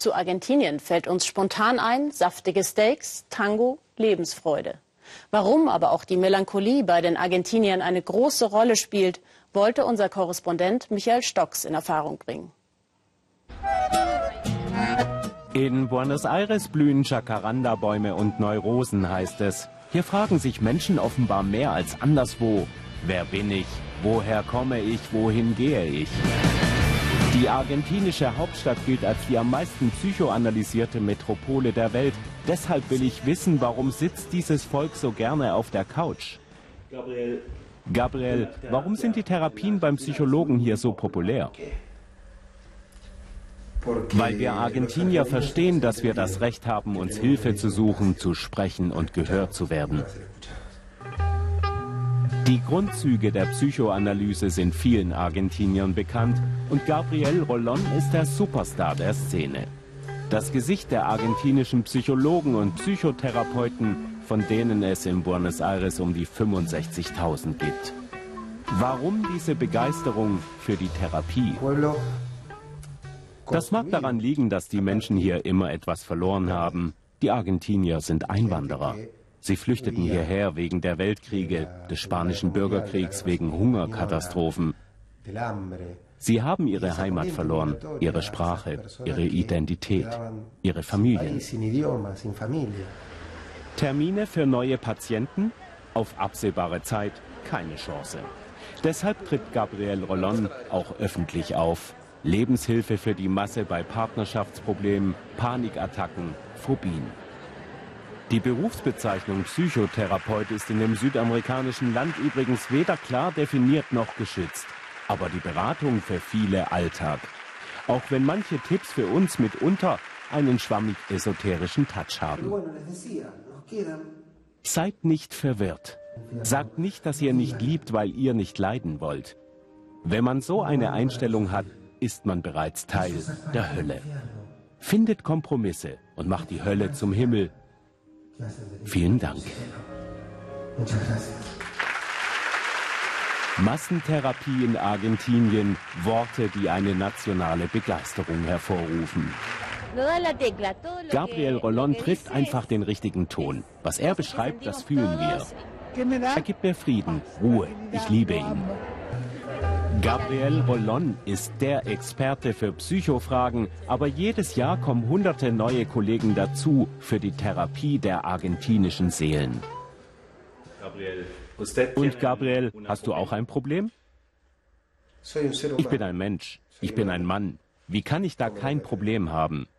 Zu Argentinien fällt uns spontan ein, saftige Steaks, Tango, Lebensfreude. Warum aber auch die Melancholie bei den Argentiniern eine große Rolle spielt, wollte unser Korrespondent Michael Stocks in Erfahrung bringen. In Buenos Aires blühen Jacaranda-Bäume und Neurosen, heißt es. Hier fragen sich Menschen offenbar mehr als anderswo. Wer bin ich? Woher komme ich? Wohin gehe ich? Die argentinische Hauptstadt gilt als die am meisten psychoanalysierte Metropole der Welt. Deshalb will ich wissen, warum sitzt dieses Volk so gerne auf der Couch? Gabriel, warum sind die Therapien beim Psychologen hier so populär? Weil wir Argentinier verstehen, dass wir das Recht haben, uns Hilfe zu suchen, zu sprechen und gehört zu werden. Die Grundzüge der Psychoanalyse sind vielen Argentiniern bekannt und Gabriel Rolón ist der Superstar der Szene. Das Gesicht der argentinischen Psychologen und Psychotherapeuten, von denen es in Buenos Aires um die 65.000 gibt. Warum diese Begeisterung für die Therapie? Das mag daran liegen, dass die Menschen hier immer etwas verloren haben. Die Argentinier sind Einwanderer. Sie flüchteten hierher wegen der Weltkriege, des Spanischen Bürgerkriegs, wegen Hungerkatastrophen. Sie haben ihre Heimat verloren, ihre Sprache, ihre Identität, ihre Familien. Termine für neue Patienten? Auf absehbare Zeit keine Chance. Deshalb tritt Gabriel Rolón auch öffentlich auf. Lebenshilfe für die Masse bei Partnerschaftsproblemen, Panikattacken, Phobien. Die Berufsbezeichnung Psychotherapeut ist in dem südamerikanischen Land übrigens weder klar definiert noch geschützt. Aber die Beratung für viele Alltag. Auch wenn manche Tipps für uns mitunter einen schwammig esoterischen Touch haben. Seid nicht verwirrt. Sagt nicht, dass ihr nicht liebt, weil ihr nicht leiden wollt. Wenn man so eine Einstellung hat, ist man bereits Teil der Hölle. Findet Kompromisse und macht die Hölle zum Himmel. Vielen Dank. Massentherapie in Argentinien, Worte, die eine nationale Begeisterung hervorrufen. Gabriel Rolón trifft einfach den richtigen Ton. Was er beschreibt, das fühlen wir. Er gibt mir Frieden, Ruhe, ich liebe ihn. Gabriel Rolón ist der Experte für Psychofragen, aber jedes Jahr kommen hunderte neue Kollegen dazu für die Therapie der argentinischen Seelen. Und Gabriel, hast du auch ein Problem? Ich bin ein Mensch, ich bin ein Mann. Wie kann ich da kein Problem haben?